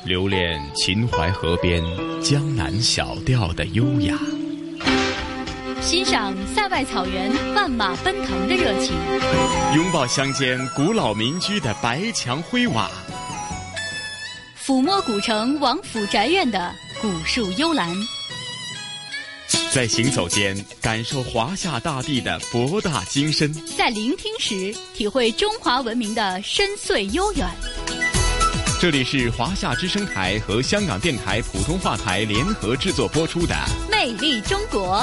留恋秦淮河边江南小调的优雅， 欣赏塞外草原万马奔腾的热情， 拥抱乡间古老民居的白墙灰瓦， 抚摸古城王府宅院的古树幽兰， 在行走间感受华夏大地的博大精深， 在聆听时体会中华文明的深邃悠远。 这里是华夏之声台和香港电台普通话台联合制作播出的《 魅力中国》。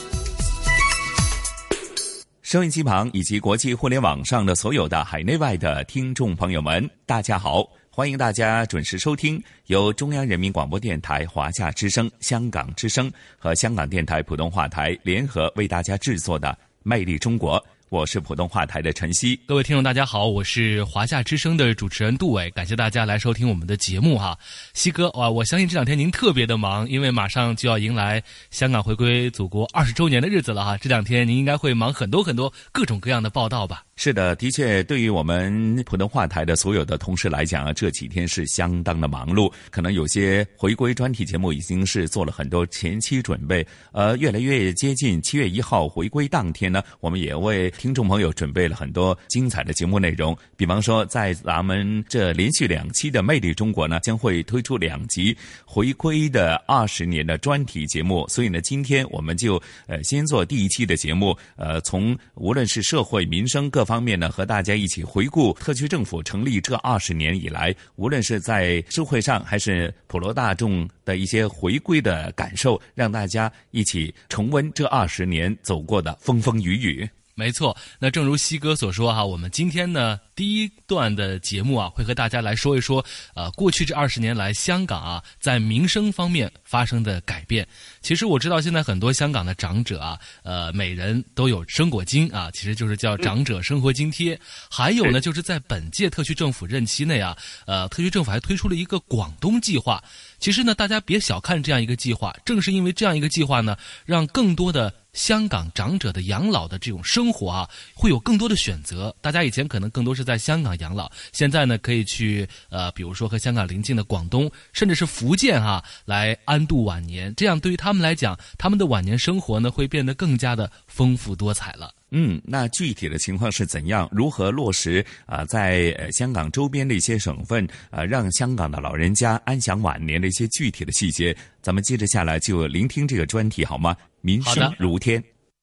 收音机旁以及国际互联网上的所有的海内外的听众朋友们，大家好，欢迎大家准时收听由中央人民广播电台华夏之声、香港之声和香港电台普通话台联合为大家制作的《魅力中国》。我是普通话台的陈曦。 各位听众大家好，我是华夏之声的主持人杜伟，感谢大家来收听我们的节目哈。曦哥，我相信这两天您特别的忙，因为马上就要迎来香港回归祖国20周年的日子了哈。这两天您应该会忙很多各种各样的报道吧？ 是的，的确，对于我们普通话台的所有的同事来讲啊，这几天是相当的忙碌。可能有些回归专题节目已经是做了很多前期准备，越来越接近7月1号回归当天呢，我们也为听众朋友准备了很多精彩的节目内容。比方说，在咱们这连续2期的《魅力中国》呢，将会推出2集回归的20年的专题节目。所以呢，今天我们就先做第1期的节目，从无论是社会民生各方面呢，和大家一起回顾特区政府成立这20年以来，无论是在社会上还是普罗大众的一些回归的感受，让大家一起重温这20年走过的风风雨雨。 没错，那正如曦哥所说哈，我们今天呢第一段的节目啊，会和大家来说一说过去这20年来香港啊在民生方面发生的改变。其实我知道现在很多香港的长者啊，每人都有生果金啊，其实就是叫长者生活津贴。还有呢，就是在本届特区政府任期内啊，特区政府还推出了一个广东计划。其实呢，大家别小看这样一个计划，正是因为这样一个计划呢，让更多的香港长者的养老的这种生活啊，会有更多的选择。大家以前可能更多是在香港养老，现在呢可以去比如说和香港邻近的广东，甚至是福建来安度晚年。这样对于他们来讲，他们的晚年生活呢会变得更加的丰富多彩了。 那具体的情况是怎样？如何落实在香港周边的一些省份让香港的老人家安享晚年的一些具体的细节，咱们接着下来就聆听这个专题好吗？民生如天。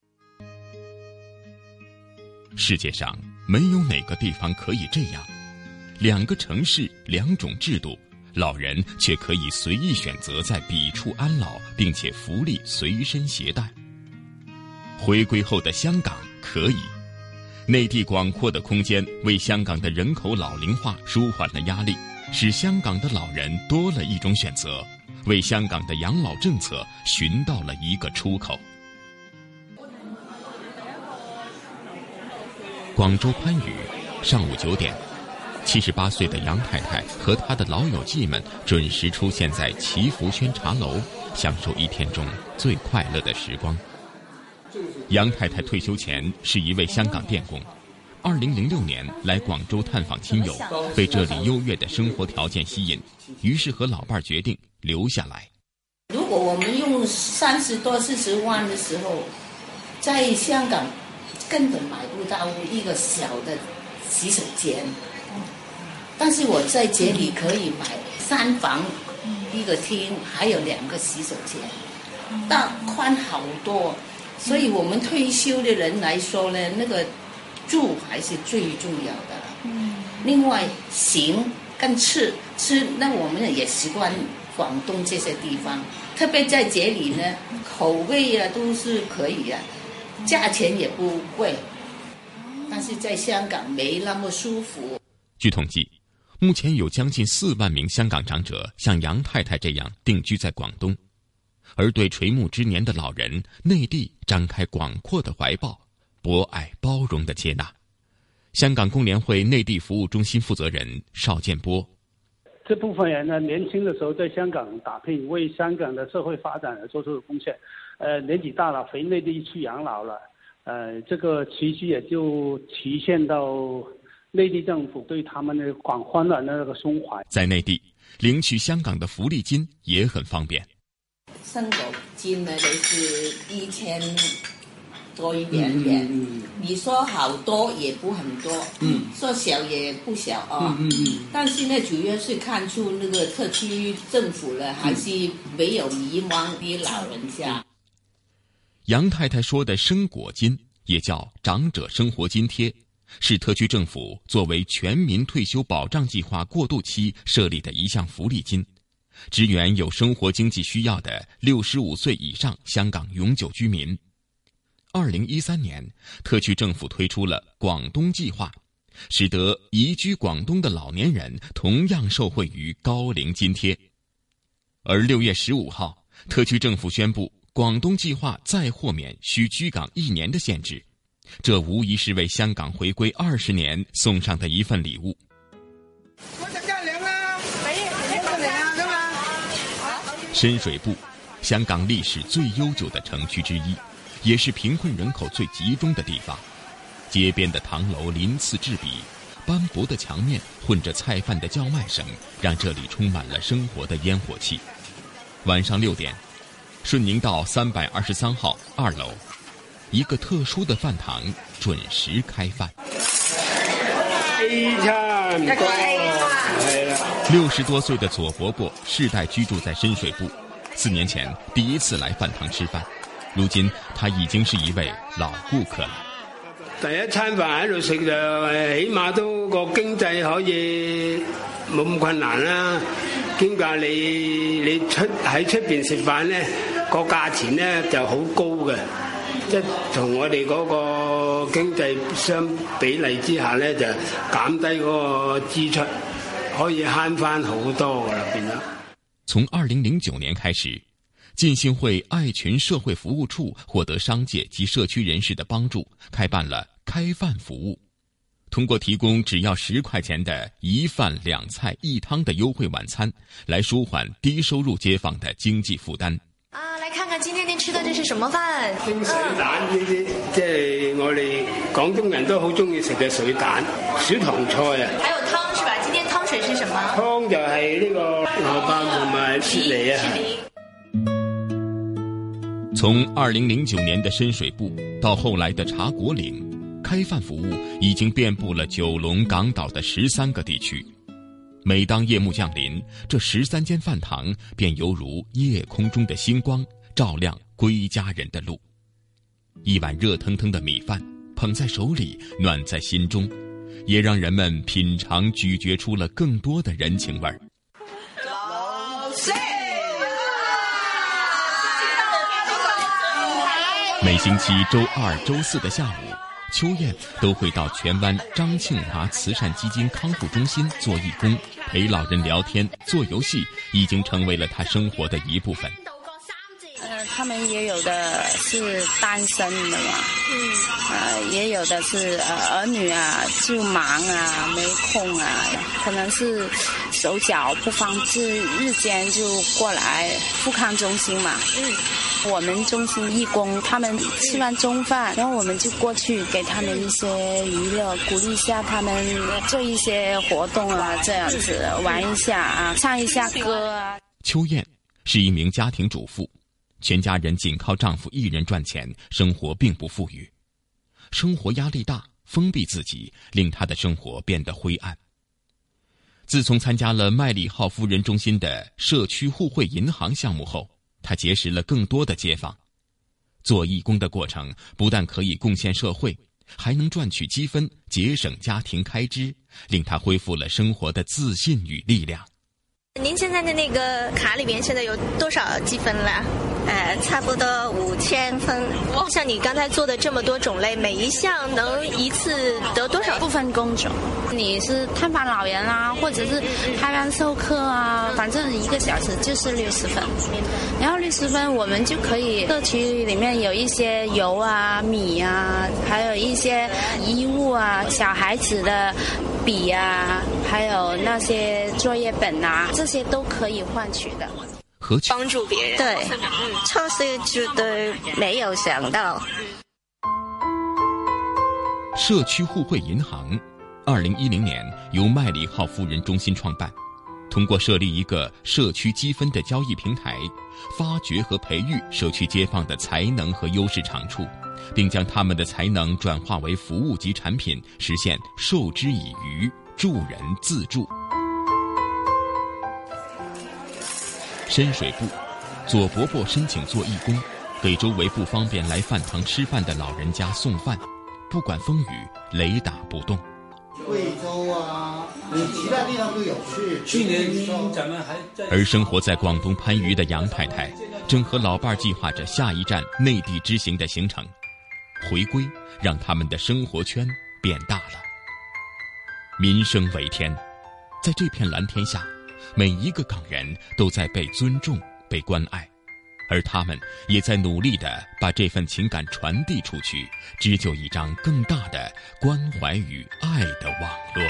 世界上没有哪个地方可以这样，2个城市2种制度，老人却可以随意选择在彼处安老，并且福利随身携带。回归后的香港可以，内地广阔的空间为香港的人口老龄化舒缓了压力，使香港的老人多了一种选择，为香港的养老政策寻到了一个出口。广州番禺，上午9点，78岁的杨太太和她的老友记们准时出现在祈福轩茶楼，享受一天中最快乐的时光。杨太太退休前是一位香港电工，2006年来广州探访亲友，被这里优越的生活条件吸引，于是和老伴儿决定留下来。 如果我们用30多40万的时候，在香港根本买不到一个小的洗手间，但是我在这里可以买3房1个厅，还有2个洗手间，大宽好多。所以我们退休的人来说呢，那个住还是最重要的。另外行跟吃，那我们也习惯广东这些地方，特别在这里呢，口味啊都是可以啊，价钱也不贵，但是在香港没那么舒服。 据统计，目前有将近4万名香港长者像杨太太这样定居在广东，而对垂暮之年的老人，内地张开广阔的怀抱，博爱包容的接纳。香港工联会内地服务中心负责人邵建波， 这部分人呢，年轻的时候在香港打拼，为香港的社会发展而做出的贡献，年纪大了回内地去养老了，这个其实也就体现到内地政府对他们的广泛的那个胸怀。 在内地， 领取香港的福利金也很方便。 生果金呢，就是1000多一点点，你说好多也不很多，说小也不小啊，但是呢，主要是看出那个特区政府呢，还是没有迷茫的老人家。 杨太太说的生果金也叫长者生活津贴，是特区政府作为全民退休保障计划过渡期设立的一项福利金，支援有生活经济需要的65岁以上香港永久居民。2013年，特区政府推出了广东计划，使得移居广东的老年人同样受惠于高龄津贴。而6月15号，特区政府宣布广东计划再豁免需居港1年的限制，这无疑是为香港回归20年送上的一份礼物。深水埗，香港历史最悠久的城区之一，也是贫困人口最集中的地方。街边的唐楼鳞次栉比，斑驳的墙面混着菜贩的叫卖声，让这里充满了生活的烟火气。晚上6点，顺宁道323号2楼，一个特殊的饭堂准时开饭。60多岁的左伯伯世代居住在深水埗，4年前第一次来饭堂吃饭，如今他已经是一位老顾客了。 第一餐飯喺度食就起碼都個經濟可以冇咁困難啦。兼夾你喺出邊食飯咧，個價錢咧就好高嘅，即係同我哋嗰個經濟相比例之下咧，就減低嗰個支出，可以慳翻好多噶啦，變咗。 從2009年開始，浸信會愛群社會服務處獲得商界及社區人士的幫助，開辦了開飯服務。通過提供只要10塊錢的1飯2菜1湯的優惠晚餐，來舒緩低收入街坊的經濟負擔。 來看看今天您吃的這是什麼飯？ 蒸水蛋呢啲，即係我哋廣東人都好中意食嘅水蛋、小棠菜啊。還有湯是吧？今天湯水是什麼？湯就係呢個蘿蔔同埋雪梨啊。 從2009年的深水埗到後來的茶果嶺，開飯服務已經遍布了九龍港島的13個地區。每當夜幕降臨，這13間飯堂便猶如夜空中的星光，照亮歸家人的路。一碗熱騰騰的米飯捧在手裡，暖在心中，也讓人們品嘗咀嚼出了更多的人情味兒。每星期周2、周4的下午，秋燕都會到荃灣張慶華慈善基金康復中心做義工，陪老人聊天、做遊戲，已經成為了她生活的一部分。 他們也有的是單身的嘛，也有的是兒女啊就忙啊沒空啊，可能是手腳不方便，日間就過來復康中心嘛。我們中心義工，他們吃完中飯，然後我們就過去給他們一些娛樂，鼓勵一下他們做一些活動啊，這樣子玩一下啊，唱一下歌啊。 秋燕是一名家庭主婦，全家人僅靠丈夫一人賺錢，生活並不富裕，生活壓力大，封閉自己，令她的生活變得灰暗。自從參加了麥理浩夫人中心的社區互惠銀行項目後，她結識了更多的街坊。做義工的過程不但可以貢獻社會，還能賺取積分，節省家庭開支，令她恢復了生活的自信與力量。 您現在的那個卡裏邊現在有多少積分了？ 差不多5000分。 像你剛才做的這麼多種類，每一項能一次得多少？ 不分工種，你是探訪老人啊，或者是開班授課啊，反正1個小時就是60分。然後60分我們就可以社區裡面有一些油啊、米啊，還有一些衣物啊、小孩子的筆啊，還有那些作業本啊，這些都可以換取的。 幫助別人， 對，初時絕對沒有想到。 社區互惠銀行2010年由麥理浩夫人中心創辦， 通过设立一个社区积分的交易平台，发掘和培育社区街坊的才能和优势长处，并将他们的才能转化为服务及产品，实现授之以渔，助人自助。深水埗，左伯伯申请做义工，给周围不方便来饭堂吃饭的老人家送饭，不管风雨，雷打不动。 贵州啊，其他地方都有去年咱们还在。 而生活在广东番禺的杨太太，正和老伴计划着下一站内地之行的行程。回归让他们的生活圈变大了。民生为天，在这片蓝天下，每一个港人都在被尊重、被关爱，而他们也在努力地把这份情感传递出去，织就一张更大的关怀与爱的网络。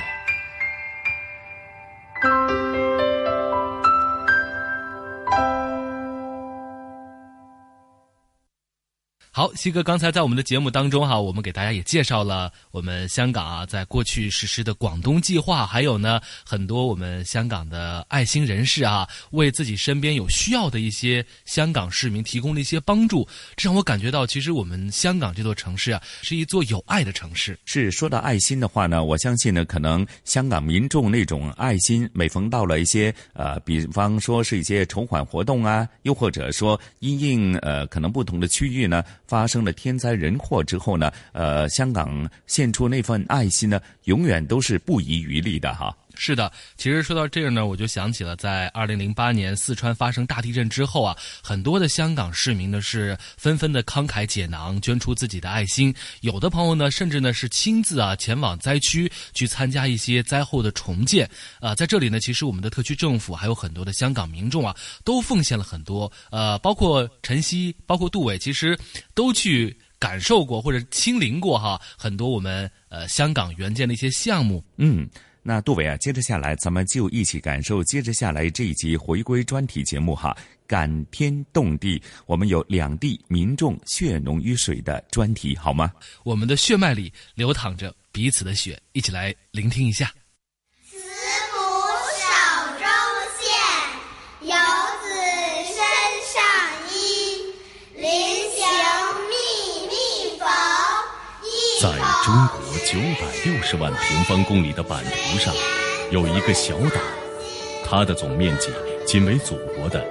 好，西哥刚才在我们的节目当中我们给大家也介绍了我们香港在过去实施的广东计划，还有呢很多我们香港的爱心人士为自己身边有需要的一些香港市民提供了一些帮助，这让我感觉到其实我们香港这座城市是一座有爱的城市。 是，说到爱心的话呢，我相信呢可能香港民众那种爱心，每逢到了一些比方说是一些筹款活动又或者说因应可能不同的区域呢发生了天灾人祸之后呢，香港献出那份爱心呢，永远都是不遗余力的是的，其实说到这儿呢，我就想起了在2008年四川发生大地震之后很多的香港市民呢是纷纷的慷慨解囊，捐出自己的爱心，有的朋友呢甚至呢是亲自前往灾区去参加一些灾后的重建。在这里呢，其实我们的特区政府还有很多的香港民众都奉献了很多，包括陈希，包括杜伟，其实都去感受过或者亲临过很多我们香港援建的一些项目。 那杜伟接着下来咱们就一起感受接着下来这一集回归专题节目感天动地，我们有两地民众血浓于水的专题，好吗？ 我们的血脉里流淌着彼此的血，一起来聆听一下。 慈母手中线，游子身上衣，临行密密缝。 在中国960万平方公里的版图上，有一个小岛，它的总面积仅为祖国的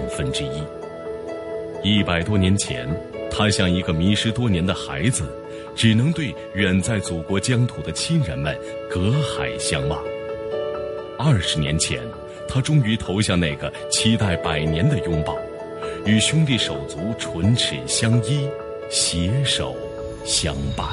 1/1000。100多年前，它像一个迷失多年的孩子，只能对远在祖国疆土的亲人们隔海相望。20年前，它终于投向那个期待100年的拥抱，与兄弟手足唇齿相依，携手相伴。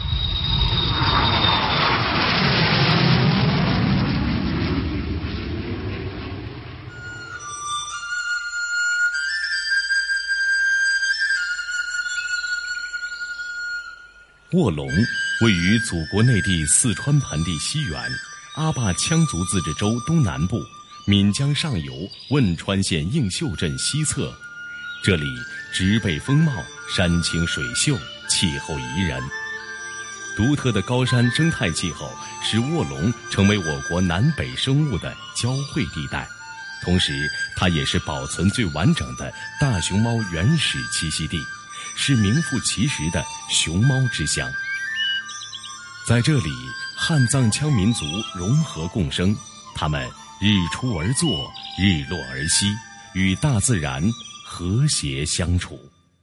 卧龙位于祖国内地四川盆地西缘，阿坝羌族自治州东南部，岷江上游汶川县映秀镇西侧。这里植被丰茂，山清水秀，气候宜人。独特的高山生态气候使卧龙成为我国南北生物的交汇地带，同时它也是保存最完整的大熊猫原始栖息地，是名副其实的熊猫之乡。在这里，汉藏羌民族融合共生，他们日出而作，日落而息，与大自然和谐相处。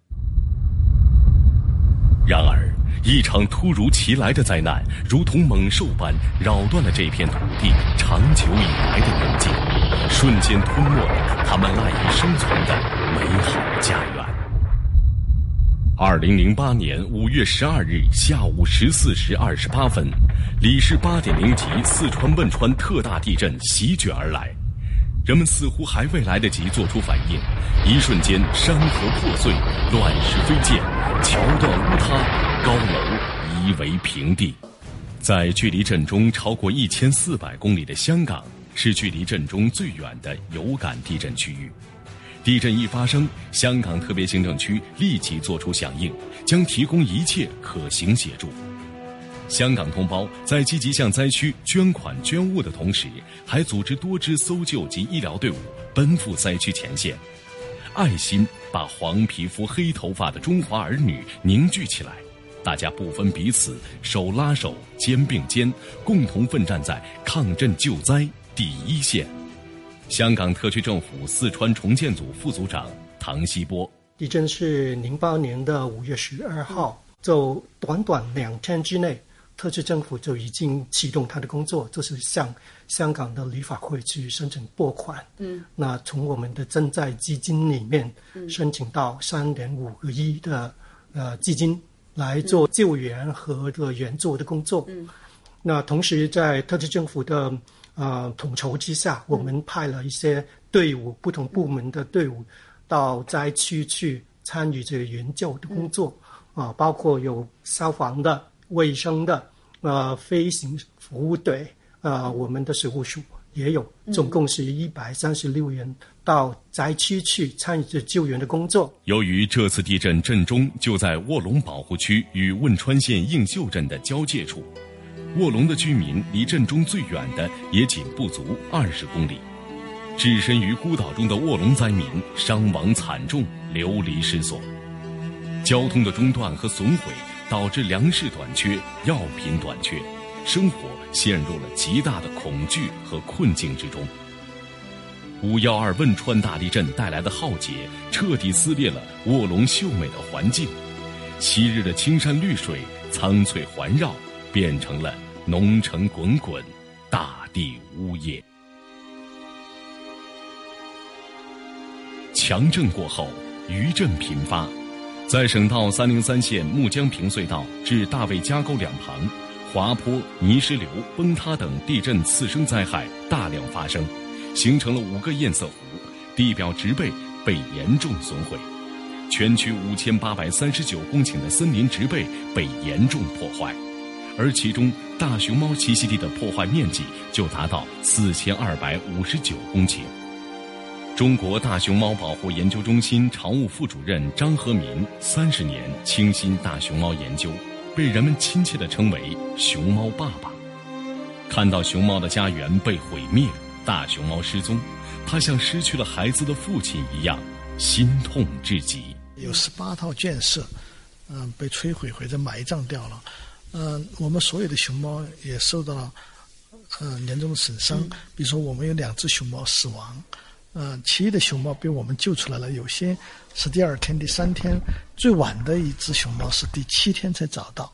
然而，一场突如其来的灾难如同猛兽般扰乱了这片土地长久以来的宁静，瞬间吞没了他们赖以生存的美好家园。2008年5月12日下午14时28分，里氏8.0级四川汶川特大地震席卷而来，人们似乎还未来得及做出反应，一瞬间山河破碎，乱石飞溅，桥断屋塌，高楼夷为平地。在距离震中超过1400公里的香港，是距离震中最远的有感地震区域。地震一发生，香港特别行政区立即作出响应，将提供一切可行协助。 香港同胞在积极向灾区捐款捐物的同时，还组织多支搜救及医疗队伍奔赴灾区前线，爱心把黄皮肤黑头发的中华儿女凝聚起来，大家不分彼此，手拉手，肩并肩，共同奋战在抗震救灾第一线。香港特区政府四川重建组副组长唐希波： 地震是08年的5月12号，就短短2天之内，特区政府就已经启动它的工作，就是向香港的立法会去申请拨款。那从我们的赈灾基金里面申请到3.5个亿的基金来做救援和这个援助的工作。那同时在特区政府的统筹之下，我们派了一些队伍，不同部门的队伍到灾区去参与这个援救的工作。包括有消防的、卫生的、飞行服务队，我们的水务署也有，总共是136人到灾区去参与这救援的工作。 由于这次地震震中就在卧龙保护区与汶川县映秀镇的交界处，卧龙的居民离震中最远的也仅不足20公里。置身于孤岛中的卧龙灾民伤亡惨重，流离失所。交通的中断和损毁导致粮食短缺、药品短缺，生活陷入了极大的恐惧和困境之中。5.12汶川大地震带来的浩劫，彻底撕裂了卧龙秀美的环境，昔日的青山绿水、苍翠环绕，变成了浓尘滚滚、大地呜咽。强震过后，余震频发。在省道303线木江坪隧道至大卫家沟两旁，滑坡、泥石流、崩塌等地震次生灾害大量发生，形成了5个堰塞湖，地表植被被严重损毁，全区5839公顷的森林植被被严重破坏，而其中大熊猫栖息地的破坏面积就达到4259公顷。中国大熊猫保护研究中心常务副主任张和民30年倾心大熊猫研究，被人们亲切地称为熊猫爸爸。看到熊猫的家园被毁灭，大熊猫失踪，他像失去了孩子的父亲一样心痛至极。 有18套圈舍被摧毁或者埋葬掉了。我们所有的熊猫也受到了严重的损伤，比如说我们有2只熊猫死亡，其余的熊猫被我们救出来了，有些是第2天、第3天，最晚的一只熊猫是第7天才找到。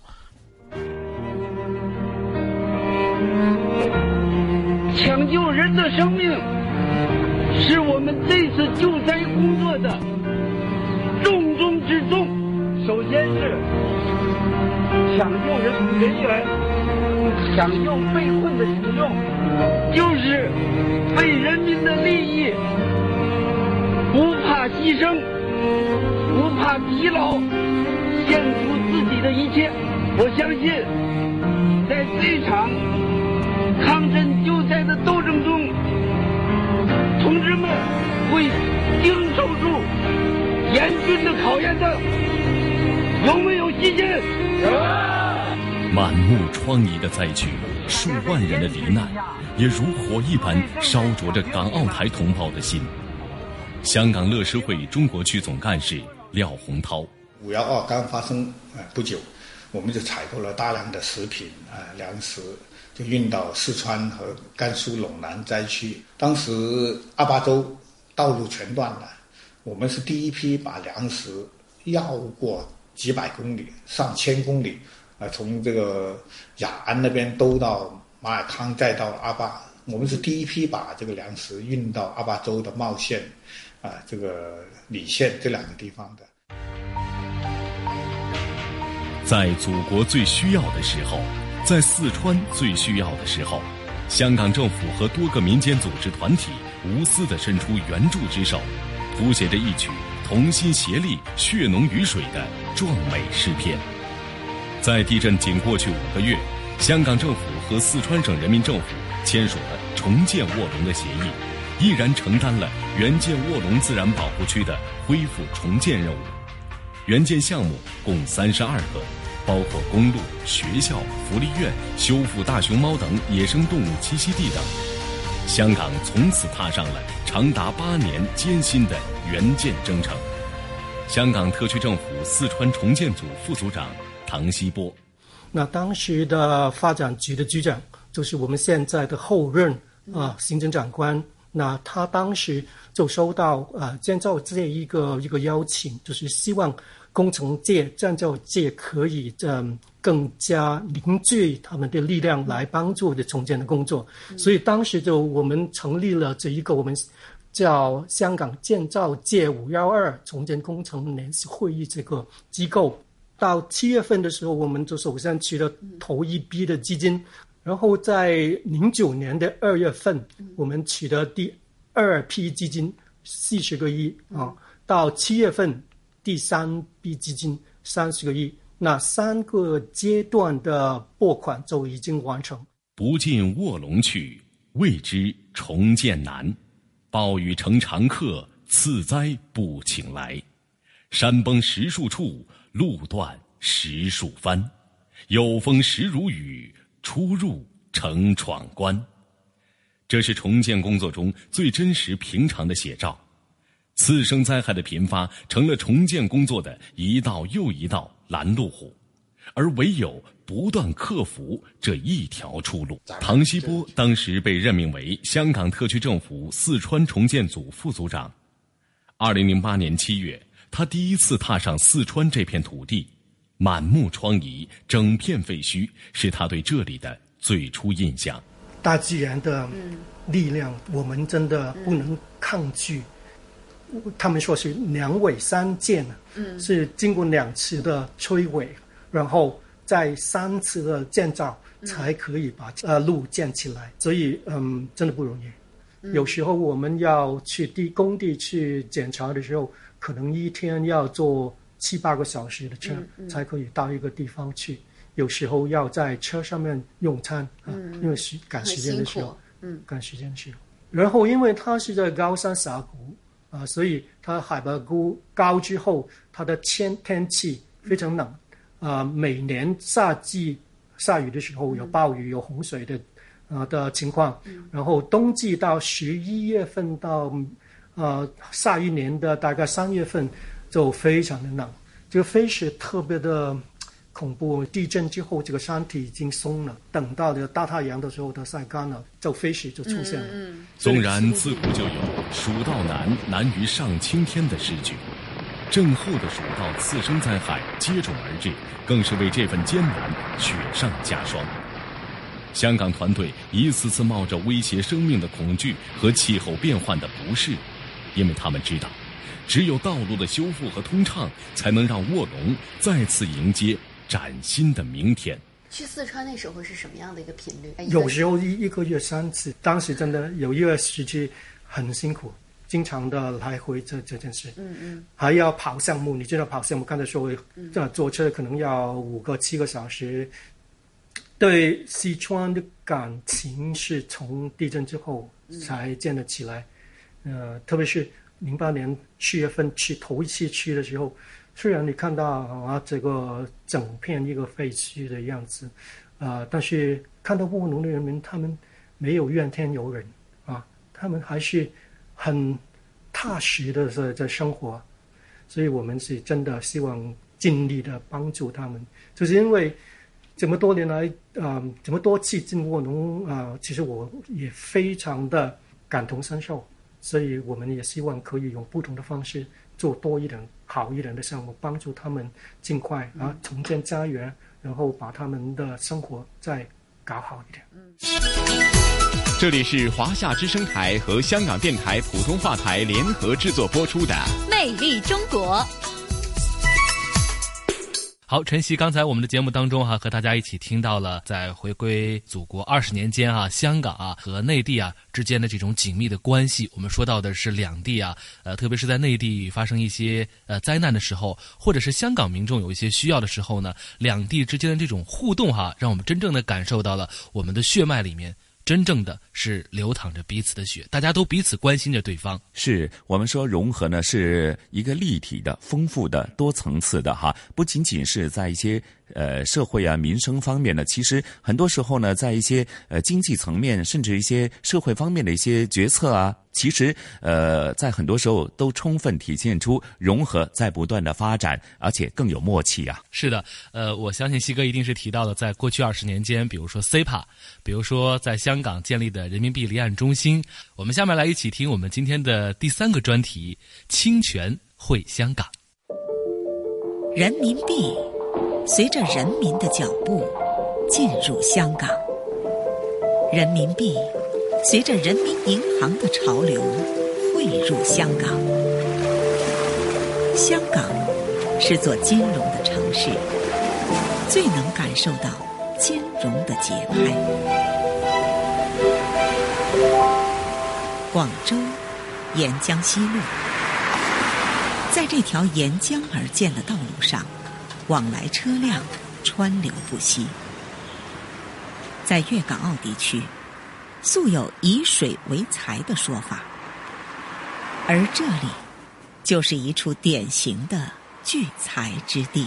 抢救人的生命是我们这次救灾工作的重中之重。首先是抢救人员，抢救被困的群众，就是为人民的利益不怕牺牲，不怕疲劳，献出自己的一切。我相信在这场抗震救灾的斗争中，同志们会经受住严峻的考验的。有没有信心？ 满目疮痍的灾区，数万人的罹难，也如火一般烧灼着港澳台同胞的心。香港乐施会中国区总干事廖洪涛 ：5.12刚发生不久，我们就采购了大量的食品粮食，就运到四川和甘肃陇南灾区。当时28州道路全断了，我们是第一批把粮食绕过几百公里、上千公里，从这个雅安那边兜到马尔康，再到阿坝。我们是第一批把这个粮食运到阿坝州的茂县、这个理县这2个地方的。 在祖国最需要的时候，在四川最需要的时候，香港政府和多个民间组织团体无私地伸出援助之手，谱写着一曲同心协力、血浓于水的壮美诗篇。在地震仅过去5个月，香港政府和四川省人民政府签署了重建卧龙的协议，毅然承担了援建卧龙自然保护区的恢复重建任务。援建项目共32个， 包括公路、学校、福利院、修复大熊猫等野生动物栖息地等。香港从此踏上了长达8年艰辛的援建征程。香港特区政府四川重建组副组长唐希波， 那当时的发展局的局长就是我们现在的后任行政长官。那他当时就收到建造界一个邀请，就是希望工程界、建造界可以更加凝聚他们的力量来帮助的重建的工作。所以当时就我们成立了这一个我们叫香港建造界512重建工程联席会议这个机构。到7月份的时候，我们就首先取得头一批的基金。然后在09年的2月份，我们取得第2批基金40个亿到7月份第3批基金30个亿，那3个阶段的拨款就已经完成。 不进卧龙去，谓之重建难。暴雨成常客，次灾不请来。山崩10数处，路断10数番。有风10如雨，出入成闯关。这是重建工作中最真实平常的写照。次生灾害的频发成了重建工作的一道又一道拦路虎，而唯有不断克服这一条出路。唐希波当时被任命为香港特区政府四川重建组副组长。2008年7月，他第一次踏上四川这片土地，满目疮痍，整片废墟，是他对这里的最初印象。 大自然的力量，我们真的不能抗拒。他们说是2毁3建，是经过2次的摧毁，然后再3次的建造，才可以把路建起来。所以真的不容易。有时候我们要去工地去检查的时候，可能一天要坐7、8个小时的车，才可以到一个地方去。有时候要在车上面用餐因为赶时间的时候，然后因为它是在高山峡谷所以它海拔高之后，它的天气非常冷每年夏季下雨的时候有暴雨、有洪水的情况，然后冬季到11月份到下一年的大概3月份就非常的冷。这个飞石特别的恐怖，地震之后这个山体已经松了，等到了大太阳的时候它晒干了，这飞石就出现了。 纵然自古就有蜀道难，难于上青天的诗句，震后的蜀道次生灾害接踵而至，更是为这份艰难雪上加霜。香港团队一次次冒着威胁生命的恐惧和气候变换的不适，因为他们知道只有道路的修复和通畅，才能让卧龙再次迎接崭新的明天。 去四川那时候是什么样的一个频率？ 有时候一个月3次，当时真的有一个时期很辛苦，经常的来回这件事。还要跑项目，你知道跑项目刚才说坐车可能要5个7个小时。对四川的感情是从地震之后才建立起来。特别是08年7月份头一次去的时候，虽然你看到这个整片一个废墟的样子，但是看到卧龙的人民，他们没有怨天尤人他们还是很踏实的在生活，所以我们是真的希望尽力的帮助他们。就是因为这么多年来这么多次进卧龙其实我也非常的感同身受，所以我们也希望可以用不同的方式做多一点好一点的项目，帮助他们尽快重建家园，然后把他们的生活再搞好一点。 这里是华夏之声台和香港电台普通话台联合制作播出的《 魅力中国》。 好，晨曦，刚才我们的节目当中和大家一起听到了在回归祖国20年间香港和内地之间的这种紧密的关系。我们说到的是两地特别是在内地发生一些灾难的时候，或者是香港民众有一些需要的时候呢，两地之间的这种互动让我们真正的感受到了我们的血脉里面真正的是流淌着彼此的血，大家都彼此关心着对方。 是我们说融合呢是一个立体的、丰富的、多层次的不仅仅是在一些社会啊民生方面呢，其实很多时候呢，在一些经济层面，甚至一些社会方面的一些决策啊，其实在很多时候都充分体现出融合在不断的发展，而且更有默契啊。 是的，我相信西哥一定是提到了在过去20年间，比如说 CEPA， 比如说在香港建立的人民币离岸中心。我们下面来一起听我们今天的第3个专题：侵权会香港。 人民币随着人民的脚步进入香港，人民币随着人民银行的潮流汇入香港。香港是座金融的城市，最能感受到金融的节拍。广州沿江西路，在这条沿江而建的道路上，往来车辆川流不息。在粤港澳地区，素有以水为财的说法，而这里就是一处典型的聚财之地。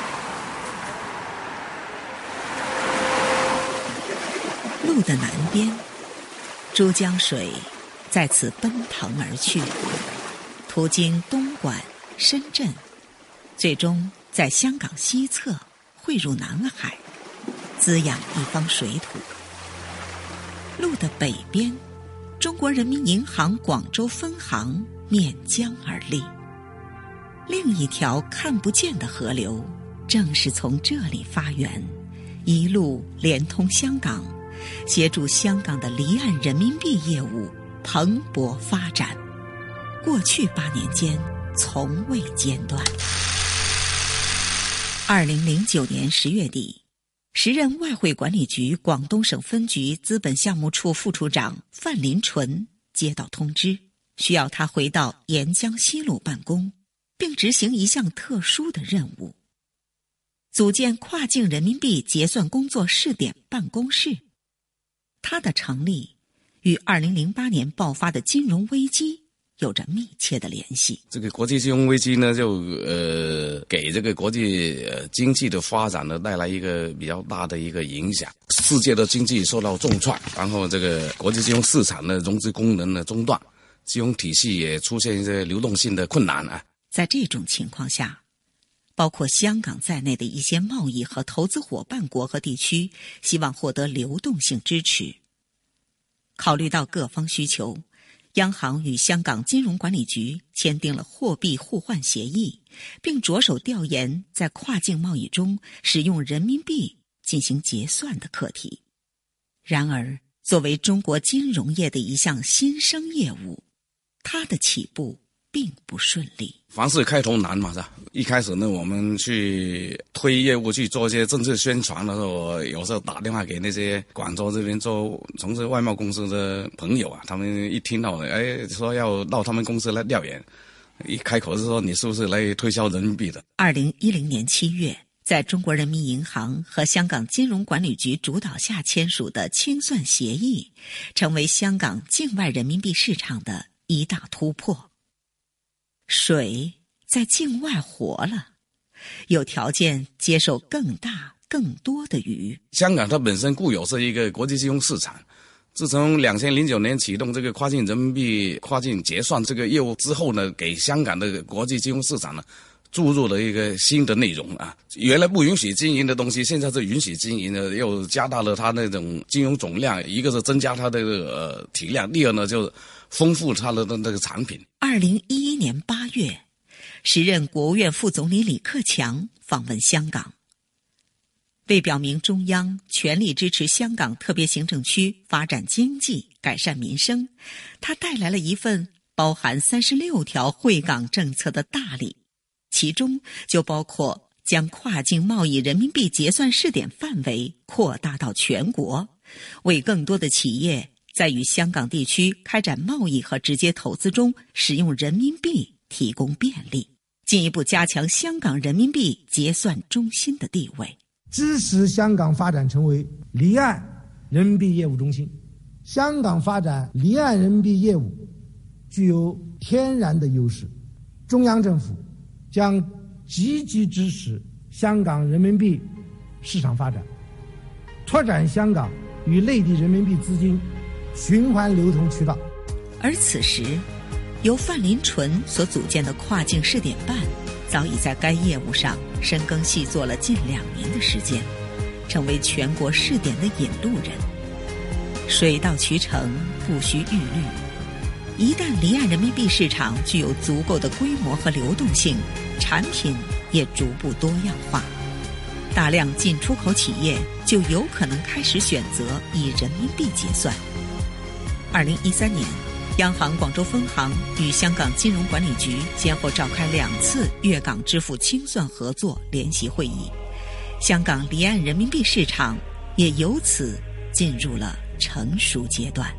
路的南边，珠江水在此奔腾而去，途经东莞、深圳，最终在香港西侧汇入南海，滋养一方水土。路的北边，中国人民银行广州分行面江而立。另一条看不见的河流，正是从这里发源，一路连通香港，协助香港的离岸人民币业务蓬勃发展，过去8年间从未间断。2009年10月底，时任外汇管理局广东省分局资本项目处副处长范林纯接到通知，需要他回到沿江西路办公，并执行一项特殊的任务，组建跨境人民币结算工作试点办公室。它的成立与2008年爆发的金融危机有着密切的联系。 这个国际金融危机呢，就给这个国际经济的发展呢带来一个比较大的一个影响。世界的经济受到重创，然后这个国际金融市场的融资功能呢中断，金融体系也出现一些流动性的困难啊。 在这种情况下，包括香港在内的一些贸易和投资伙伴国和地区希望获得流动性支持。考虑到各方需求，央行与香港金融管理局签订了货币互换协议，并着手调研在跨境贸易中使用人民币进行结算的课题。然而，作为中国金融业的一项新生业务，它的起步并不顺利。 凡事开头难嘛，是吧？一开始呢，我们去推业务去做一些政治宣传的时候，我有时候打电话给那些广州这边从事外贸公司的朋友啊，他们一听到说要到他们公司来调研，一开口是说你是不是来推销人民币的。 2010年7月，在中国人民银行和香港金融管理局主导下签署的清算协议，成为香港境外人民币市场的一大突破。水在境外活了，有条件接受更大更多的鱼。 香港它本身固有是一个国际金融市场，自从2009年启动这个跨境人民币跨境结算这个业务之后呢，给香港的国际金融市场呢注入了一个新的内容啊，原来不允许经营的东西，现在是允许经营的，又加大了它那种金融总量，一个是增加它的体量，第二呢就丰富它的那个产品。 2011年8月，时任国务院副总理李克强访问香港，为表明中央全力支持香港特别行政区发展经济、改善民生，他带来了一份包含36条惠港政策的大礼，其中就包括将跨境贸易人民币结算试点范围扩大到全国，为更多的企业在与香港地区开展贸易和直接投资中使用人民币提供便利，进一步加强香港人民币结算中心的地位， 支持香港发展成为离岸人民币业务中心。香港发展离岸人民币业务具有天然的优势，中央政府将积极支持香港人民币市场发展，拓展香港与内地人民币资金循环流通渠道。 而此时，由范林纯所组建的跨境试点办，早已在该业务上深耕细作了近2年的时间，成为全国试点的引路人。水到渠成，不需预虑。一旦离岸人民币市场具有足够的规模和流动性，产品也逐步多样化，大量进出口企业就有可能开始选择以人民币结算。2013年，央行广州分行与香港金融管理局先后召开2次粤港支付清算合作联席会议，香港离岸人民币市场也由此进入了成熟阶段。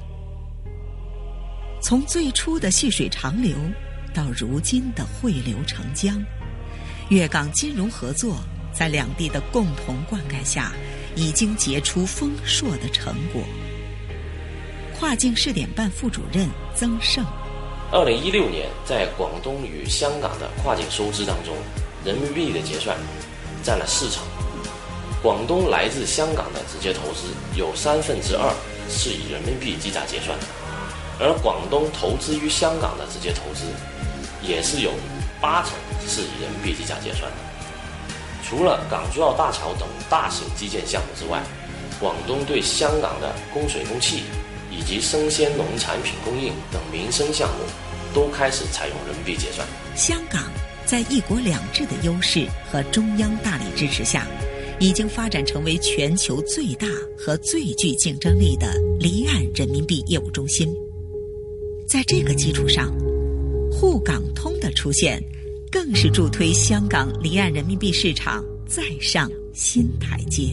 从最初的细水长流到如今的汇流成江，粤港金融合作在两地的共同灌溉下，已经结出丰硕的成果。跨境试点办副主任曾胜 ，2016年在广东与香港的跨境收支当中，人民币的结算占了4成。广东来自香港的直接投资有2/3是以人民币计价结算的，而广东投资于香港的直接投资也是有8成是以人民币计价结算的。除了港珠澳大桥等大型基建项目之外，广东对香港的供水供气以及生鲜农产品供应等民生项目都开始采用人民币结算。 香港在一国两制的优势和中央大力支持下，已经发展成为全球最大和最具竞争力的离岸人民币业务中心。在这个基础上，沪港通的出现更是助推香港离岸人民币市场再上新台阶。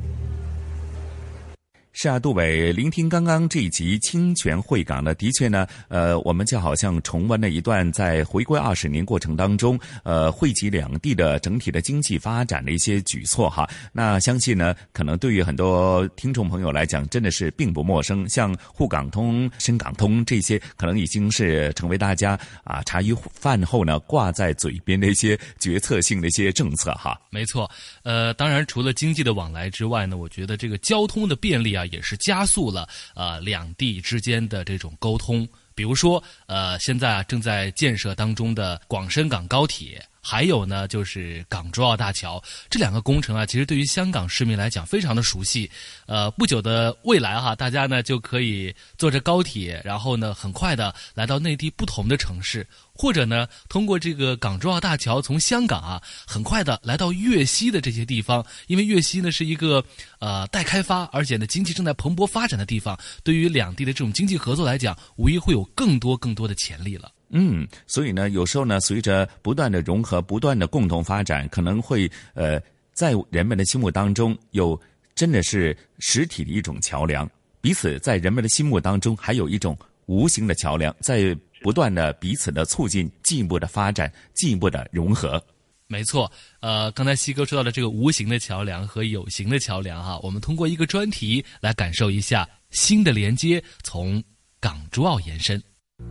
是啊，杜伟，聆听刚刚这一集清泉汇港呢，的确呢，我们就好像重温了一段在回归20年过程当中，惠及两地的整体的经济发展的一些举措哈。那相信呢，可能对于很多听众朋友来讲，真的是并不陌生。像沪港通、深港通这些，可能已经是成为大家茶余饭后呢挂在嘴边的一些决策性的一些政策哈。 没错，当然除了经济的往来之外呢，我觉得这个交通的便利也是加速了两地之间的这种沟通。比如说现在正在建设当中的广深港高铁，还有呢就是港珠澳大桥，这2个工程其实对于香港市民来讲非常的熟悉。不久的未来大家呢就可以坐着高铁，然后呢很快的来到内地不同的城市，或者呢通过这个港珠澳大桥从香港很快的来到粤西的这些地方。因为粤西呢是一个待开发而且呢经济正在蓬勃发展的地方，对于两地的这种经济合作来讲，无疑会有更多的潜力了。 所以呢，有时候呢，随着不断的融合、不断的共同发展，可能会在人们的心目当中有真的是实体的一种桥梁，彼此在人们的心目当中还有一种无形的桥梁，在不断的彼此的促进、进一步的发展、进一步的融合。 没错，刚才西哥说到的这个无形的桥梁和有形的桥梁我们通过一个专题来感受一下新的连接从港珠澳延伸。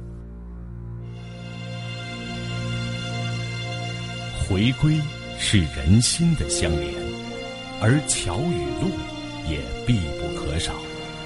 回归是人心的相连，而桥与路也必不可少。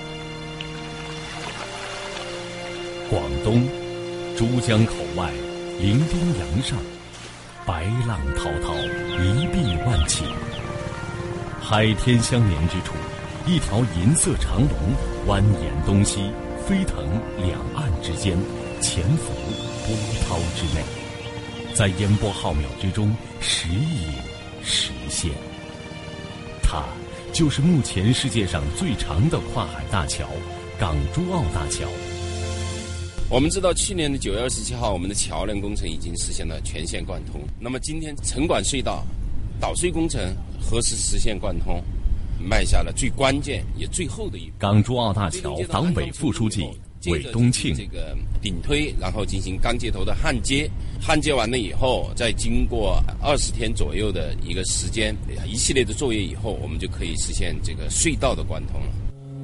广东珠江口外伶仃洋上，白浪滔滔，一碧万顷。海天相连之处，一条银色长龙蜿蜒东西，飞腾两岸之间，潜伏波涛之内，在烟波浩渺之中时隐时现。它就是目前世界上最长的跨海大桥——港珠澳大桥。 我们知道，去年的9月27号，我们的桥梁工程已经实现了全线贯通。那么今天城管隧道导隧工程何时实现贯通，迈下了最关键也最后的一步。 港珠澳大桥党委副书记韦东庆， 这个顶推，然后进行钢接头的焊接，焊接完了以后，再经过20天左右的一个时间，一系列的作业以后，我们就可以实现这个隧道的贯通了。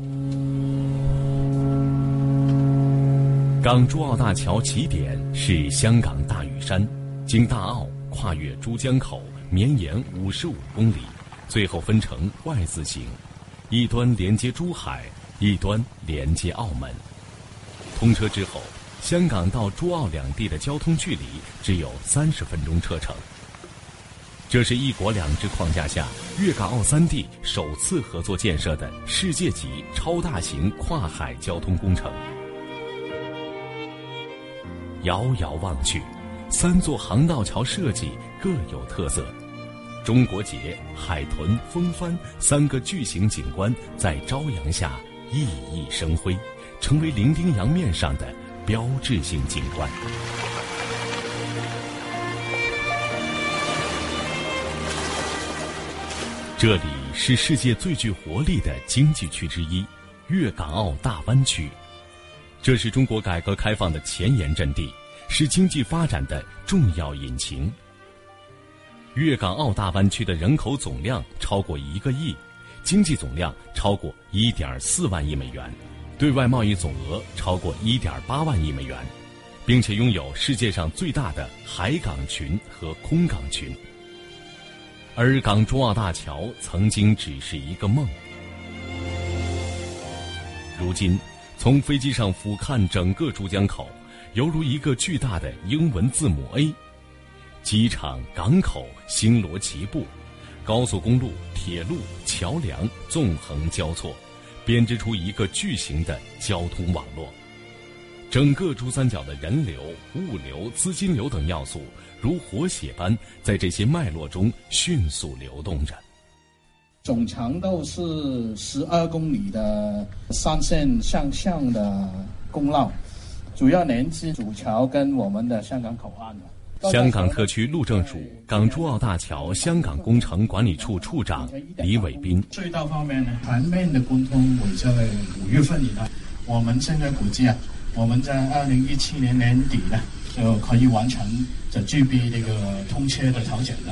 港珠澳大桥起点是香港大屿山，经大澳跨越珠江口，绵延55公里， 最后分成 Y 字形，一端连接珠海，一端连接澳门。通车之后，香港到珠澳两地的交通距离只有30分钟车程。这是一国两制框架下粤港澳三地首次合作建设的世界级超大型跨海交通工程。遥遥望去，3座航道桥设计各有特色，中国结、海豚、风帆3个巨型景观在朝阳下熠熠生辉，成为伶仃洋面上的标志性景观。这里是世界最具活力的经济区之一——粤港澳大湾区。这是中国改革开放的前沿阵地，是经济发展的重要引擎。粤港澳大湾区的人口总量超过1个亿，经济总量超过1.4万亿美元，对外贸易总额超过1.8万亿美元，并且拥有世界上最大的海港群和空港群。而港珠澳大桥曾经只是一个梦，如今从飞机上俯瞰整个珠江口，犹如一个巨大的英文字母 A。机场、港口星罗棋布，高速公路、铁路、桥梁纵横交错，编织出一个巨型的交通网络。整个珠三角的人流、物流、资金流等要素如活血般在这些脉络中迅速流动着。 总长度是12公里的3线向上的公路，主要连接主桥跟我们的香港口岸。 香港特区路政署港珠澳大桥香港工程管理处处长李伟斌。 隧道方面呢，全面的沟通会在5月份以来，我们现在估计我们在2017年年底呢就可以完成，就具备这个通车的条件了。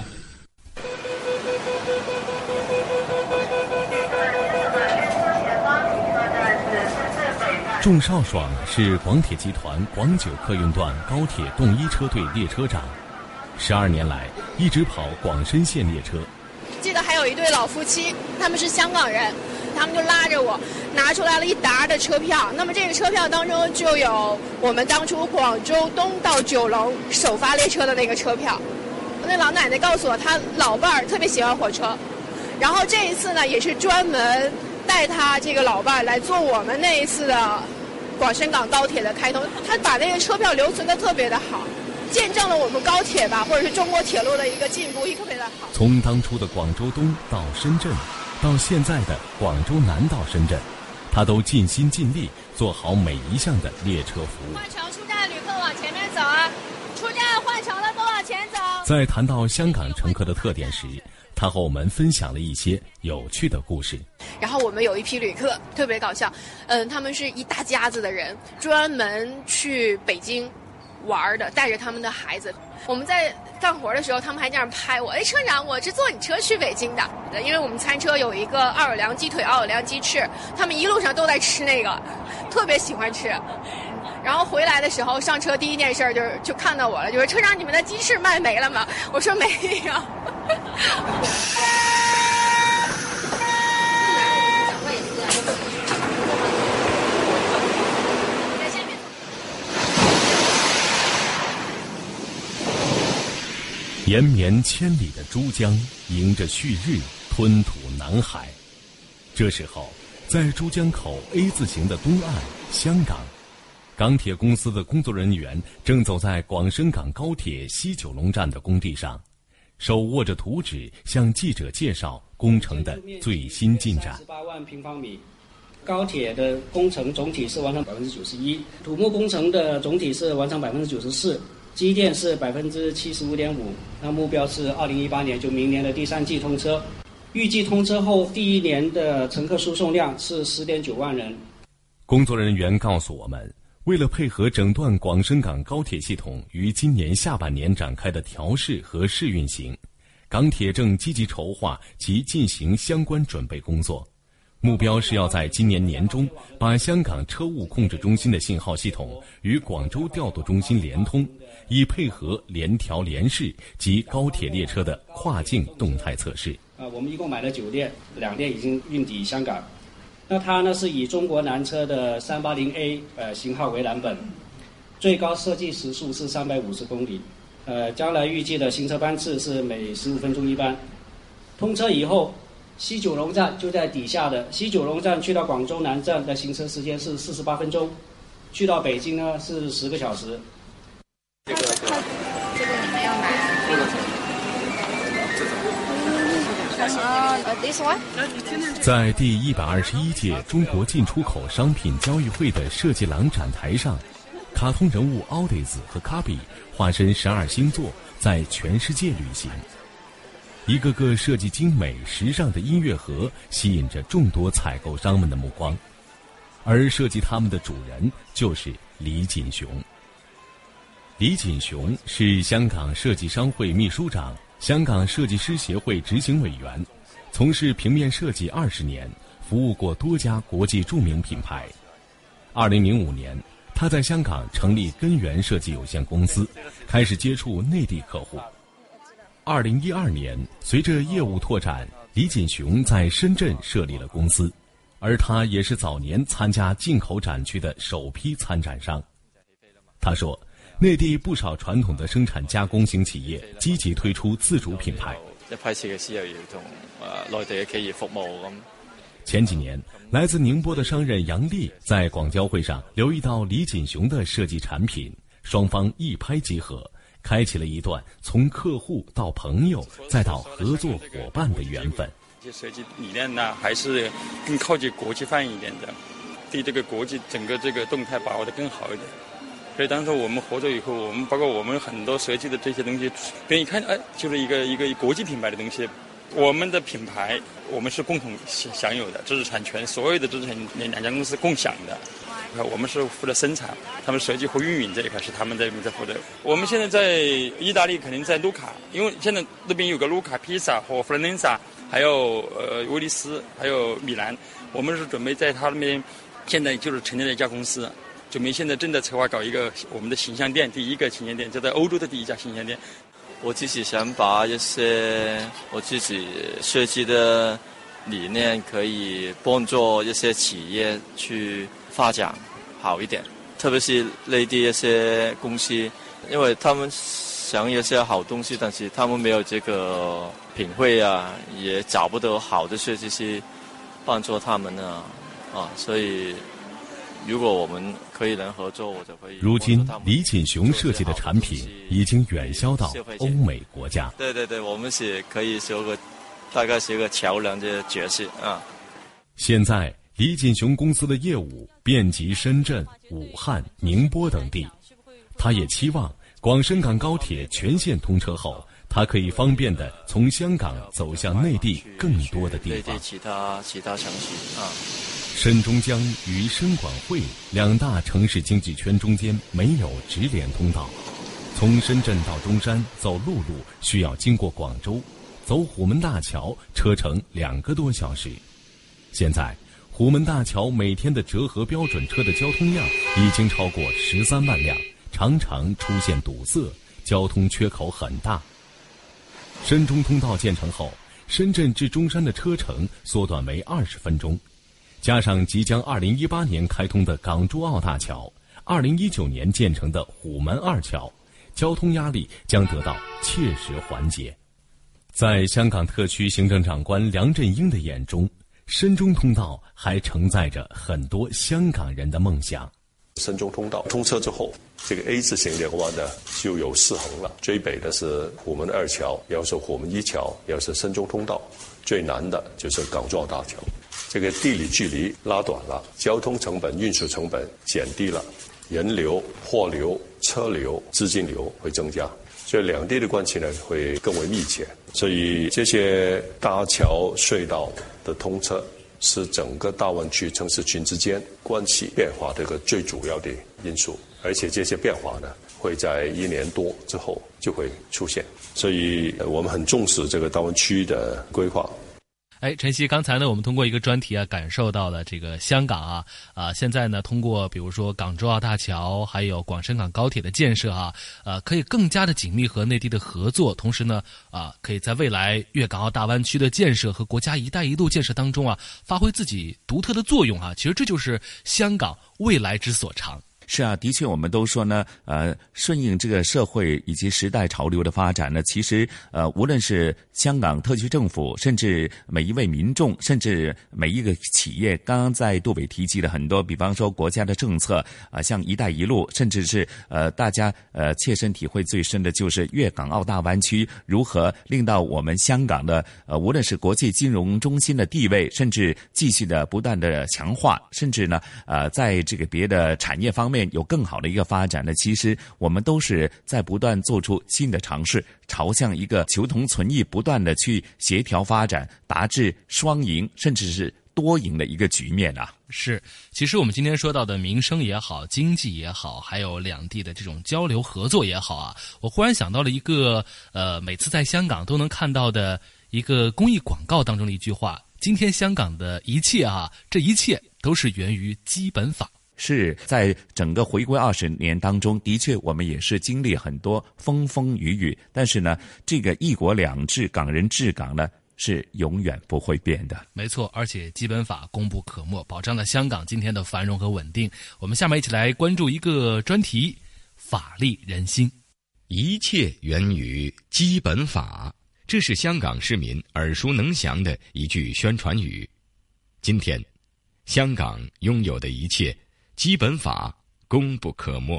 仲少爽是广铁集团广九客运段高铁动1车队列车长，12年来一直跑广深线列车。 记得还有一对老夫妻，他们是香港人，他们就拉着我拿出来了一沓的车票。那么这个车票当中就有我们当初广州东到九龙首发列车的那个车票。那老奶奶告诉我，她老伴儿特别喜欢火车，然后这一次呢也是专门带她这个老伴儿来做我们那一次的广深港高铁的开通。她把那个车票留存的特别的好，见证了我们高铁吧，或者是中国铁路的一个进步，也特别的好。 从当初的广州东到深圳，到现在的广州南到深圳，他都尽心尽力做好每一项的列车服务。 换乘出站的旅客往前面走啊！出站换乘的都往前走。 在谈到香港乘客的特点时，他和我们分享了一些有趣的故事。 然后我们有一批旅客特别搞笑，他们是一大家子的人，专门去北京玩的，带着他们的孩子。我们在干活的时候，他们还这样拍我，车长，我是坐你车去北京的。因为我们餐车有一个奥尔良鸡腿、奥尔良鸡翅，他们一路上都在吃那个，特别喜欢吃。然后回来的时候上车第一件事就看到我了，就说车长，你们的鸡翅卖没了吗？我说没有。 延绵千里的珠江迎着旭日吞吐南海。这时候，在珠江口 A 字形的东岸，香港港铁公司的工作人员正走在广深港高铁西九龙站的工地上，手握着图纸向记者介绍工程的最新进展。 18万平方米，高铁的工程总体是完成91%，土木工程的总体是完成94%，机电是75.5%，那目标是2018年，就明年的第3季通车。预计通车后第1年的乘客输送量是10.9万人。 工作人员告诉我们，为了配合整段广深港高铁系统于今年下半年展开的调试和试运行，港铁正积极筹划及进行相关准备工作。目标是要在今年年中把香港车务控制中心的信号系统与广州调度中心联通，以配合联调联试及高铁列车的跨境动态测试。 我们一共买了9列，2列已经运抵香港。那它呢是以中国南车的380A 型号为蓝本，最高设计时速是350公里。将来预计的行车班次是每15分钟一班。通车以后，西九龙站就在底下的。西九龙站去到广州南站的行车时间是48分钟，去到北京呢是10个小时。 这个你们要买？This one？ 在第121届中国进出口商品交易会的设计廊展台上，卡通人物奥迪斯和卡比化身12星座，在全世界旅行。一个个设计精美、时尚的音乐盒吸引着众多采购商们的目光，而设计他们的主人就是李锦雄。李锦雄是香港设计商会秘书长、香港设计师协会执行委员，从事平面设计20年，服务过多家国际著名品牌。2005年，他在香港成立根源设计有限公司，开始接触内地客户。2012年，随着业务拓展，李锦雄在深圳设立了公司，而他也是早年参加进口展区的首批参展商。他说，内地不少传统的生产加工型企业积极推出自主品牌。 一批設計師又要同內地嘅企業服務咁。 前幾年，來自寧波的商人楊麗在廣交會上留意到李錦雄的設計產品，雙方一拍即合，開啟了一段從客戶到朋友再到合作夥伴的緣分。 設計理念呢，還是更靠近國際範一點的，對這個國際整個這個動態把握得更好一點。所以當時我們合作以後，我們包括我們很多設計的這些東西，別人一看，哎，就是一個國際品牌的東西。我們的品牌，我們是共同享有的知識產權，所有的知識產權兩家公司共享的。我們是負責生產，他們設計和運營這一塊是他們在負責。我們現在在意大利，肯定在盧卡，因為現在那邊有個盧卡、披薩和弗倫倫薩，還有威尼斯，還有米蘭。我們是準備在他那邊，現在就是成立了一家公司，準備現在正在策劃搞一個我們的形象店，第一個形象店就在歐洲的第一家形象店。 我自己想把一些我自己設計的理念可以幫助一些企業去發展好一點，特別是內地一些公司，因為他們想一些好東西，但是他們沒有這個品味啊，也找不到好的設計師幫助他們啊，所以如果我們可以能合作，我就可以。 如今，李錦雄設計的產品已經遠銷到歐美國家。 對對對，我們是可以大概是一個橋樑的角色啊。 現在，李錦雄公司的業務遍及深圳、武漢、寧波等地。他也期望廣深港高鐵全線通車後，他可以方便地從香港走向內地更多的地方。 內地其他城市啊。 深中江與深廣匯兩大城市經濟圈中間沒有直連通道，從深圳到中山走陸路需要經過廣州，走虎門大橋車程2個多小時。現在虎門大橋每天的折合標準車的交通量已經超過13萬輛，常常出現堵塞，交通缺口很大。深中通道建成後，深圳至中山的車程縮短為20分鐘。加上即將2018年開通的港珠澳大橋，2019年建成的虎門二橋，交通壓力將得到切實緩解。在香港特區行政長官梁振英的眼中，深中通道還承載着很多香港人的夢想。 深中通道通車之後，這個 A 字形連環呢就有4橫了。最北的是虎門二橋，要是虎門一橋，要是深中通道。最難的就是港珠澳大橋。這個地理距離拉短了，交通成本、運輸成本減低了，人流、貨流、車流、資金流會增加，所以兩地的關係呢會更為密切。所以這些大橋隧道的通車是整個大灣區城市群之間關係變化的一個最主要的因素，而且這些變化呢會在1年多之後就會出現，所以我們很重視這個大灣區的規劃。 晨曦，刚才呢，我们通过一个专题啊，感受到了这个香港现在呢，通过比如说港珠澳大桥，还有广深港高铁的建设可以更加的紧密和内地的合作，同时呢，可以在未来粤港澳大湾区的建设和国家“一带一路”建设当中发挥自己独特的作用其实这就是香港未来之所长。 是啊，的确，我们都说呢，顺应这个社会以及时代潮流的发展呢，其实无论是香港特区政府，甚至每一位民众，甚至每一个企业，刚刚在杜伟提及了很多，比方说国家的政策像“一带一路”，甚至是大家切身体会最深的就是粤港澳大湾区如何令到我们香港的无论是国际金融中心的地位，甚至继续的不断的强化，甚至呢在这个别的产业方面有更好的一个发展呢，其实我们都是在不断做出新的尝试，朝向一个求同存异，不断的去协调发展，达至双赢甚至是多赢的一个局面是，其实我们今天说到的民生也好，经济也好，还有两地的这种交流合作也好我忽然想到了一个每次在香港都能看到的一个公益广告当中的一句话：今天香港的一切这一切都是源于基本法。 是在整个回归20年当中，的确我们也是经历很多风风雨雨，但是呢，这个一国两制、港人治港呢，是永远不会变的。 没错，而且基本法功不可没，保障了香港今天的繁荣和稳定。我们下面一起来关注一个专题：法利人心。 一切源于基本法，这是香港市民耳熟能详的一句宣传语。今天，香港拥有的一切，基本法功不可没。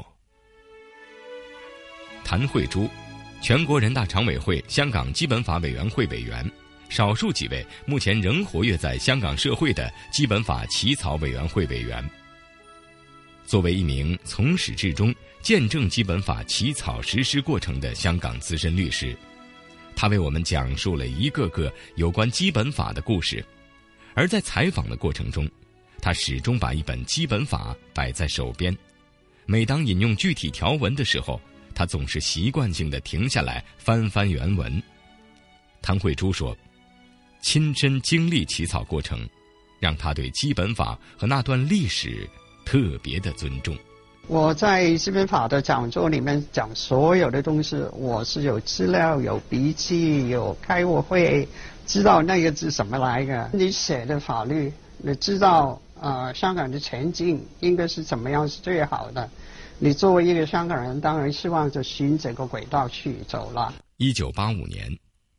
谭慧珠，全国人大常委会香港基本法委员会委员，少数几位目前仍活跃在香港社会的基本法起草委员会委员。作为一名从始至终见证基本法起草实施过程的香港资深律师，他为我们讲述了一个个有关基本法的故事。而在采访的过程中，他始终把一本基本法摆在手边，每当引用具体条文的时候，他总是习惯性地停下来翻翻原文。谭慧珠说，亲身经历起草过程，让他对基本法和那段历史特别的尊重。 我在基本法的讲座里面讲所有的东西，我是有资料、有笔记、有开过会，知道那个是什么来的。你写的法律，你知道香港的前进应该是怎么样是最好的。你作为一个香港人，当然希望就循这个轨道去走了。 1985年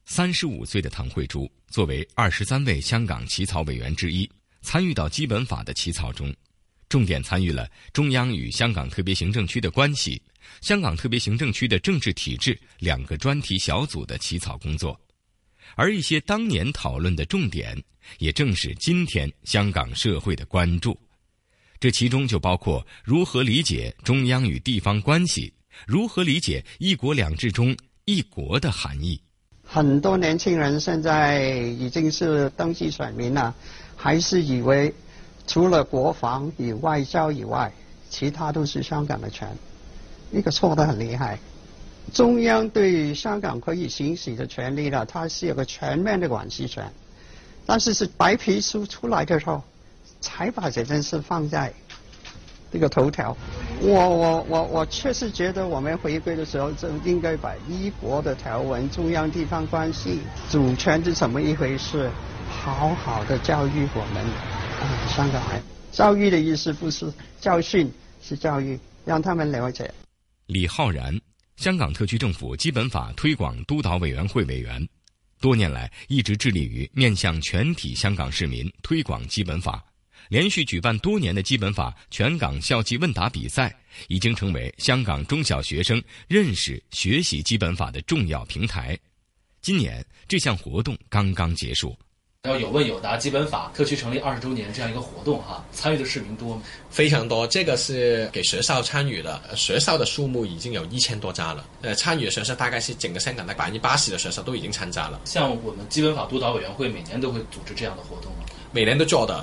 ，35岁的唐慧珠作为23位香港起草委员之一，参与到基本法的起草中，重点参与了中央与香港特别行政区的关系、香港特别行政区的政治体制2个专题小组的起草工作。而一些当年讨论的重点，也正是今天香港社会的关注。这其中就包括如何理解中央与地方关系，如何理解一国两制中一国的含义。 很多年轻人现在已经是登记选民了，还是以为除了国防与外交以外，其他都是香港的权，那个错得很厉害。中央对香港可以行使的权利呢，它是有个全面的管制权，但是白皮书出来的时候，才把这件事放在这个头条。我确实觉得我们回归的时候，就应该把一国的条文、中央地方关系、主权是怎么一回事，好好的教育我们香港人。教育的意思不是教训，是教育，让他们了解。 李浩然，香港特区政府基本法推广督导委员会委员，多年来一直致力于面向全体香港市民推广基本法，连续举办多年的基本法全港校际问答比赛，已经成为香港中小学生认识学习基本法的重要平台。今年这项活动刚刚结束。 要有问有答，基本法特区成立20周年这样一个活动参与的市民多吗？ 非常多，这个是给学校参与的，学校的数目已经有1000多家了。参与的学校大概是整个香港的80%的学校都已经参加了。 像我们基本法督导委员会每年都会组织这样的活动吗？ 每年都做的。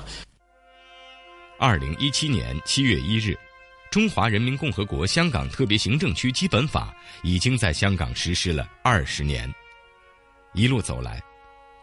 2017年7月1日，中华人民共和国香港特别行政区基本法已经在香港实施了20年。一路走来，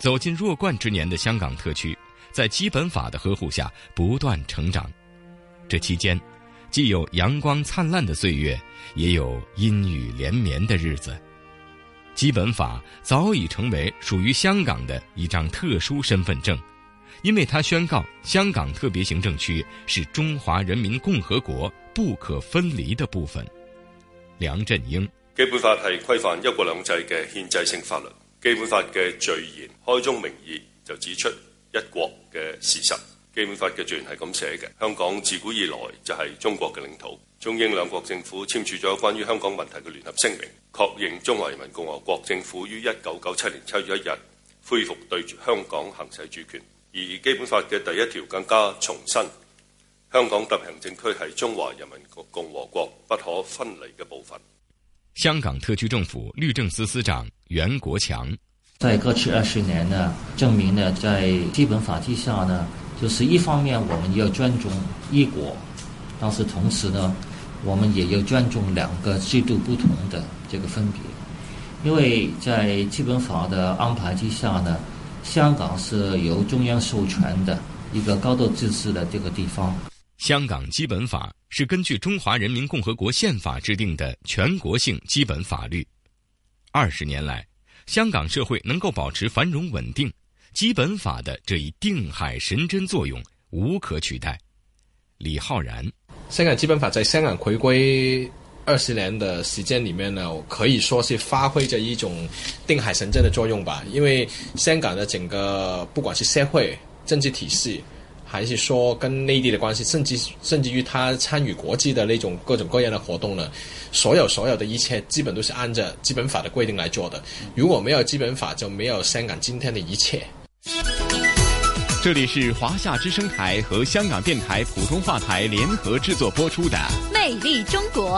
走进弱冠之年的香港特区，在基本法的呵护下不断成长。这期间，既有阳光灿烂的岁月，也有阴雨连绵的日子。基本法早已成为属于香港的一张特殊身份证，因为它宣告香港特别行政區是中華人民共和國不可分離的部分。梁振英： 基本法係規範一國兩制嘅憲制性法律。基本法嘅序言開宗明義就指出一國嘅事實。基本法嘅序言係咁寫嘅：香港自古以來就係中國嘅領土。中英兩國政府簽署咗關於香港問題嘅聯合聲明，確認中華人民共和國政府於1997年7月1日恢復對香港行使主權。而基本法嘅第一條更加重申，香港特別行政區係中華人民共和國不可分離嘅部分。 香港特區政府律政司司長袁國強： 在過去20年呢，證明呢，在基本法之下呢，就是一方面我們要尊重一國，但是同時呢，我們也要尊重兩個制度不同的這個分別。因為在基本法的安排之下呢，香港是由中央授權的一個高度自治的這個地方。 香港基本法是根據中華人民共和國憲法制定的全國性基本法律。20年來，香港社會能夠保持繁榮穩定，基本法的這一定海神針作用無可取代。李浩然： 香港基本法在香港回歸20年的時間裏面呢，可以說是發揮着一種定海神針的作用吧。因為香港的整個不管是社會政治體系，還是說跟內地的關係，甚至於他參與國際的那種各種各樣的活動呢，所有的一切基本都是按照基本法的規定來做的。如果沒有基本法，就沒有香港今天的一切。 這裡是華夏之聲台和香港電台普通話台聯合製作播出的《 魅力中國》。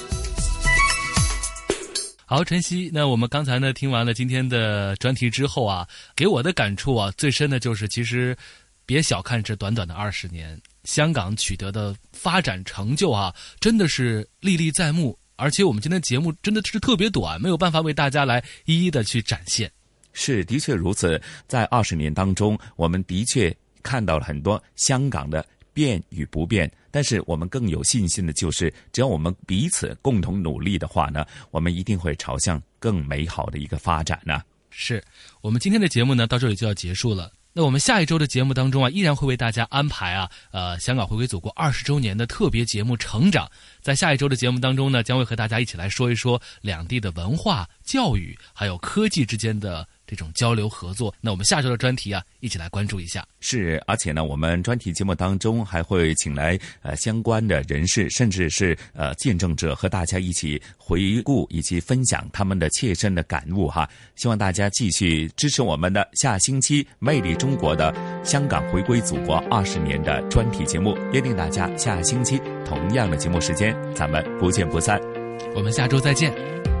好，晨曦，那我們剛才呢聽完了今天的專題之後啊，給我的感觸啊，最深的就是其實別小看這短短的20年，香港取得的發展成就啊，真的是歷歷在目。而且我們今天節目真的是特別短，沒有辦法為大家來一一的去展現。 是，的確如此。在20年當中，我們的確看到了很多香港的變與不變，但是我們更有信心的就是只要我們彼此共同努力的話呢，我們一定會朝向更美好的一個發展呢。 是，我們今天的節目呢到這裡就要結束了。那我們下一周的節目當中啊，依然會為大家安排香港回歸祖國20周年的特別節目《成長》。在下一周的節目當中呢，將會和大家一起來說一說兩地的文化、教育還有科技之間的這種交流合作。那我們下周的專題啊，一起來關注一下。 是，而且呢，我們專題節目當中還會請來相關的人士，甚至是見證者，和大家一起回顧以及分享他們的切身的感悟哈。希望大家繼續支持我們的下星期魅力中國的香港回歸祖國20年的專題節目，約定大家下星期同樣的節目時間，咱們不見不散。 我們下周再見。